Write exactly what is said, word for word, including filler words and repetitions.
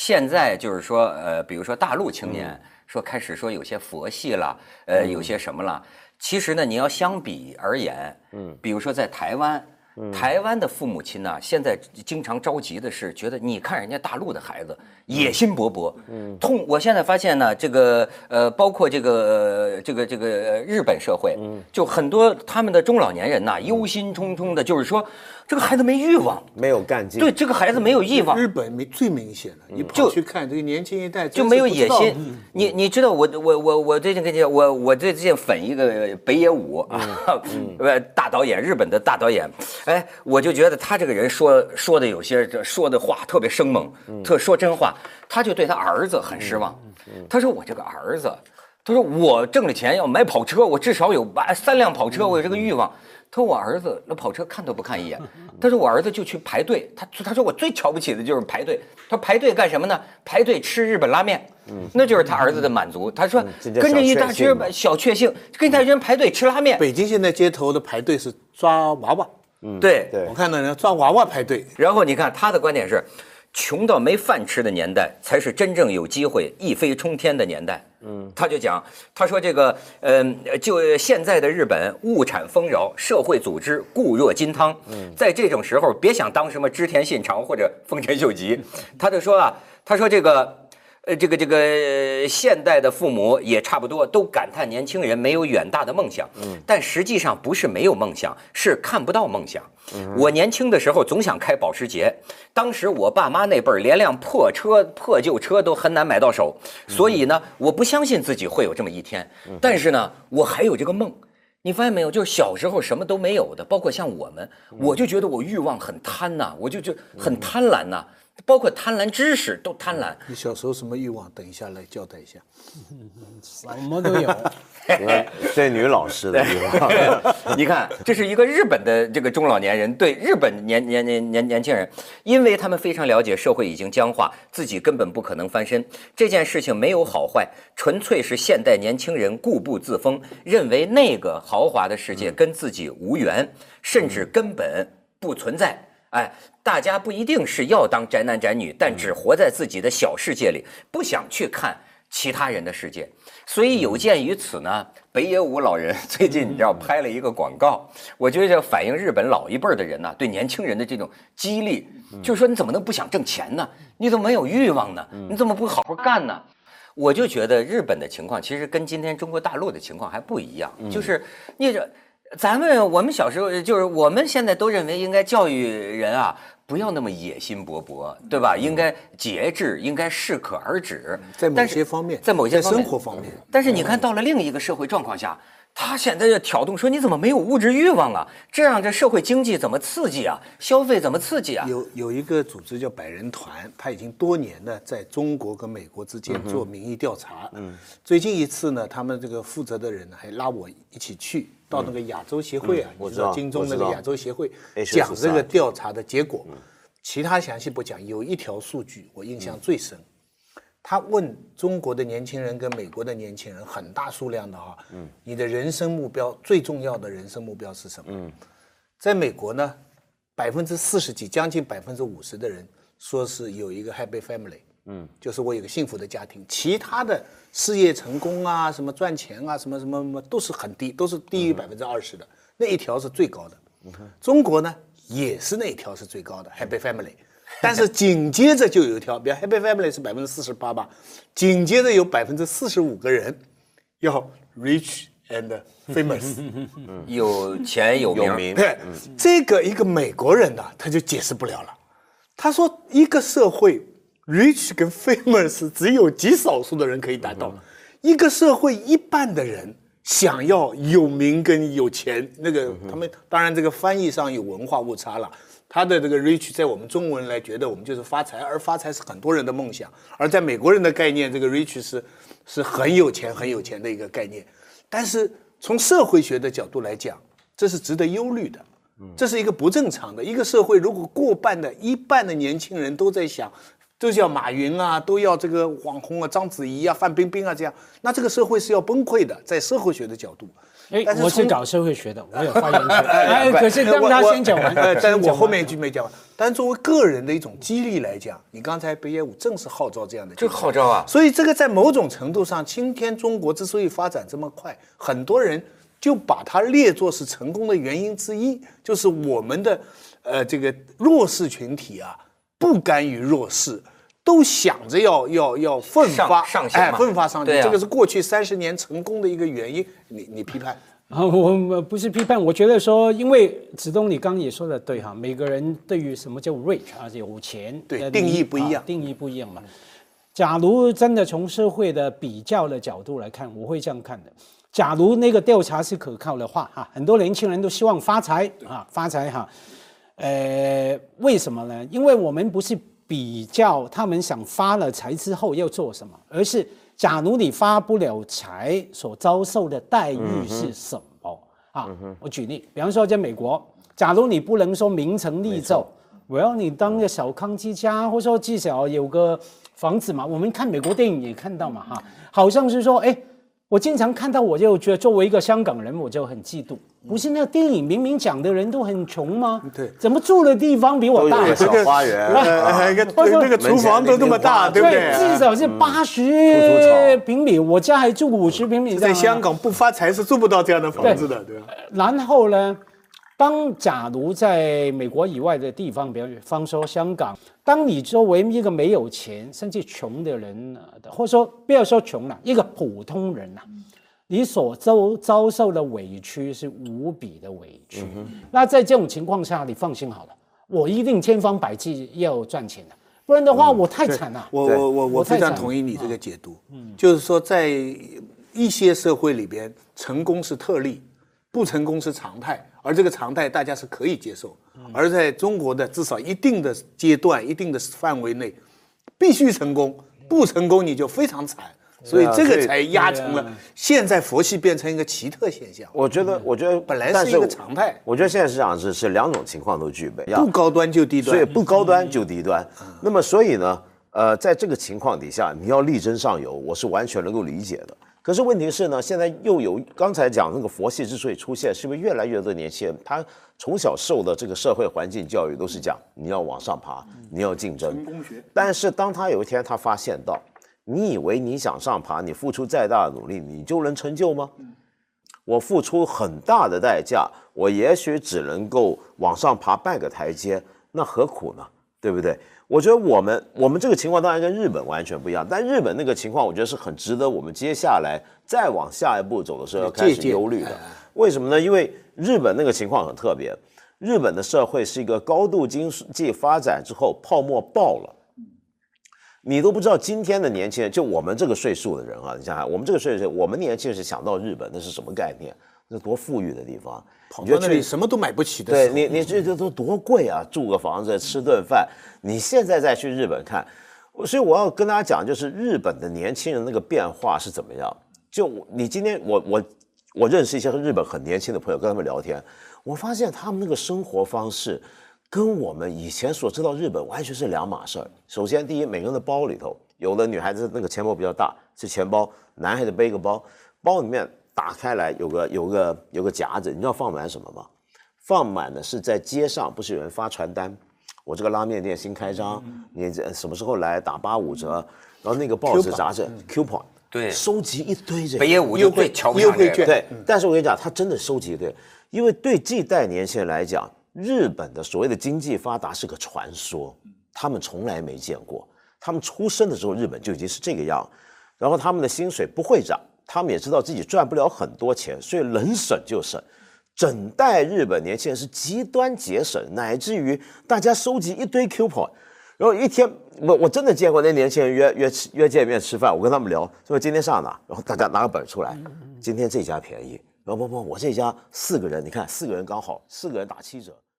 现在就是说，呃，比如说大陆青年说开始说有些佛系了，呃，有些什么了。其实呢，你要相比而言，嗯，比如说在台湾。台湾的父母亲呢，现在经常着急的是，觉得你看人家大陆的孩子野心勃勃，嗯，痛。我现在发现呢，这个呃，包括这个这个这个日本社会，嗯，就很多他们的中老年人呐，忧心忡忡的，就是说这个孩子没欲望， 没有干劲， 对，这个孩子没有欲望。 日本明最明显了，你跑去看这个年轻一代就没有野心。你你知道我我我我最近跟你讲，我我最近粉一个北野武啊，呃，大导演，日本的大导演。哎，我就觉得他这个人说说的有些说的话特别生猛，特说真话。他就对他儿子很失望。他说我这个儿子，他说我挣了钱要买跑车，我至少有三辆跑车，我有这个欲望。他说我儿子那跑车看都不看一眼。他说我儿子就去排队。他他说我最瞧不起的就是排队。他说排队干什么呢？排队吃日本拉面。那就是他儿子的满足。他说跟着一大群小确幸，跟一大群排队吃拉面。 北京现在街头的排队是抓娃娃。 嗯，对， 对，我看到人抓娃娃排队。 然后你看他的观点是，穷到没饭吃的年代，才是真正有机会一飞冲天的年代。嗯，他就讲，他说这个，嗯、呃，就现在的日本物产丰饶，社会组织固若金汤。嗯，在这种时候，别想当什么织田信长或者丰臣秀吉。他就说啊，他说这个。呃，这个这个、呃、现代的父母也差不多都感叹年轻人没有远大的梦想，嗯，但实际上不是没有梦想，是看不到梦想。嗯，我年轻的时候总想开保时捷，当时我爸妈那辈儿连辆破车、破旧车都很难买到手，所以呢，我不相信自己会有这么一天。但是呢，我还有这个梦。你发现没有？就是小时候什么都没有的，包括像我们，我就觉得我欲望很贪呐、啊，我就就很贪婪呐、啊。包括贪婪知识都贪婪。 你小时候什么欲望？等一下来交代一下。 什么都有。 这女老师的欲望。 你看，这是一个日本的这个中老年人对日本年年年年年轻人，因为他们非常了解社会已经僵化，自己根本不可能翻身。这件事情没有好坏，纯粹是现代年轻人固步自封，认为那个豪华的世界跟自己无缘，甚至根本不存在。哎，大家不一定是要当宅男宅女，但只活在自己的小世界里，不想去看其他人的世界。所以有鉴于此呢，北野武老人最近你知道拍了一个广告，我觉得这反映日本老一辈的人呢、啊、对年轻人的这种激励，就是说你怎么能不想挣钱呢？你怎么没有欲望呢？你怎么不好好干呢？我就觉得日本的情况其实跟今天中国大陆的情况还不一样，就是你这。咱们我们小时候就是我们现在都认为应该教育人啊，不要那么野心勃勃，对吧？应该节制，应该适可而止。 在某些方面， 在某些方面生活方面。 但是你看到了另一个社会状况下，他现在就挑动说你怎么没有物质欲望啊？这样这社会经济怎么刺激啊？消费怎么刺激啊？ 有有一个组织叫百人团，他已经多年的在中国跟美国之间做民意调查。嗯，最近一次呢，他们这个负责的人还拉我一起去。到那个亚洲协会啊， 嗯、 你知道金钟那个亚洲协会讲这个调查的结果，其他详细不讲。有一条数据我印象最深，嗯、他问中国的年轻人跟美国的年轻人，很大数量的哈、啊，嗯，你的人生目标最重要的人生目标是什么？嗯，在美国呢，百分之四十几，将近百分之五十的人说是有一个 happy family。嗯，就是我有个幸福的家庭，其他的事业成功啊，什么赚钱啊，什么什么什么都是很低，都是低于百分之二十的，那一条是最高的。中国呢也是那一条是最高的 Happy Family， 但是紧接着就有一条，比如 Happy Family 是百分之四十八吧，紧接着有百分之四十五个人要 rich and famous， 有钱有名。 对，这个一个美国人呢、啊，他就解释不了了。他说一个社会。rich 跟 famous 只有极少数的人可以达到，一个社会一半的人想要有名跟有钱，那个他们当然这个翻译上有文化误差了。他的这个 rich 在我们中文来觉得我们就是发财，而发财是很多人的梦想，而在美国人的概念，这个 rich 是是很有钱很有钱的一个概念。但是从社会学的角度来讲，这是值得忧虑的。这是一个不正常的一个社会，如果过半的一半的年轻人都在想。都叫马云啊，都要这个网红啊，章子怡啊，范冰冰啊，这样，那这个社会是要崩溃的，在社会学的角度。 哎但，是我是从搞社会学的，我有发言权。哎，可是让他先讲完。 呃，但是我先讲完后面一句没讲完。但是作为个人的一种激励来讲，你刚才北野武正是号召这样的， 这号召啊， 所以这个在某种程度上，今天中国之所以发展这么快，很多人就把它列作是成功的原因之一，就是我们的呃这个弱势群体啊，不甘于弱势。都想着要要要奋发上上行嘛哎，奋发上进， 对啊这个是过去三十年成功的一个原因。你你批判？ 啊，我不是批判，我觉得说，因为子东你刚刚也说的对哈，每个人对于什么叫 rich 啊，有钱，呃对定义不一样啊定义不一样嘛。假如真的从社会的比较的角度来看，我会这样看的。假如那个调查是可靠的话，哈，很多年轻人都希望发财啊，发财哈。呃，为什么呢？因为我们不是比较他们想发了财之后要做什么，而是假如你发不了财所遭受的待遇是什么、嗯、啊？我举例，比方说在美国，假如你不能说名成利就，我要你当个小康之家，或者说至少有个房子嘛。我们看美国电影也看到嘛，哈，好像是说，哎。我经常看到，我就觉得作为一个香港人，我就很嫉妒。不是那个电影明明讲的人都很穷吗？ 对， 怎么住的地方比我大？ 小花园， 呃，那个厨房都那么大，对不对？ 至少是八十平米，我家还住五十平米。 在香港不发财是住不到这样的房子的，对吧？ 然后呢，当假如在美国以外的地方，比方说香港，当你作为一个没有钱甚至穷的人，或者说不要说穷了，一个普通人呐，你所遭遭受的委屈是无比的委屈。嗯、那在这种情况下，你放心好了，我一定千方百计要赚钱的，不然的话我太惨了。 我我我我非常同意你这个解读，嗯，就是说在一些社会里边，成功是特例，不成功是常态。而这个常态大家是可以接受，而在中国的至少一定的阶段、一定的范围内，必须成功，不成功你就非常惨，所以这个才压成了现在佛系变成一个奇特现象。 我觉得，我觉得本来是一个常态。 我觉得现在市场是是两种情况都具备， 不高端就低端， 所以不高端就低端。那么所以呢，呃，在这个情况底下，你要力争上游，我是完全能够理解的。可是问题是呢，现在又有刚才讲那个佛系之所以出现，是不是越来越多年轻人他从小受的这个社会环境教育都是讲你要往上爬，你要竞争。但是当他有一天他发现到，你以为你想上爬，你付出再大的努力，你就能成就吗？我付出很大的代价，我也许只能够往上爬半个台阶，那何苦呢？对不对？我觉得我们我们这个情况当然跟日本完全不一样，但日本那个情况，我觉得是很值得我们接下来再往下一步走的时候要开始忧虑的。为什么呢？因为日本那个情况很特别，日本的社会是一个高度经济发展之后泡沫爆了，你都不知道今天的年轻人，就我们这个岁数的人啊，你想想，我们这个岁数，我们年轻人是想到日本那是什么概念？那多富裕的地方， 跑到那里什么都买不起的时候，对你，你这这都多贵啊！住个房子，吃顿饭，你现在再去日本看，所以我要跟大家讲，就是日本的年轻人那个变化是怎么样。就你今天，我我我认识一些日本很年轻的朋友，跟他们聊天，我发现他们那个生活方式跟我们以前所知道日本完全是两码事儿。首先，第一，每个人的包里头，有的女孩子那个钱包比较大，是钱包；男孩子背一个包，包里面打开来有个有个有个夹子，你知道放满什么吗？放满的是在街上，不是有人发传单，我这个拉面店新开张，你什么时候来打八五折？然后那个报纸杂志 coupon， 对， 收集一堆这个北野武就最瞧不上这个， 对。但是我跟你讲，他真的收集一堆，因为对这代年轻人来讲，日本的所谓的经济发达是个传说，他们从来没见过。他们出生的时候，日本就已经是这个样，然后他们的薪水不会涨。他们也知道自己赚不了很多钱，所以能省就省。整代日本年轻人是极端节省，乃至于大家收集一堆 coupon， 然后一天我我真的见过那年轻人约约约见面吃饭，我跟他们聊说今天上哪，然后大家拿个本出来，今天这家便宜，然后不不我这家四个人，你看四个人刚好四个人打七折。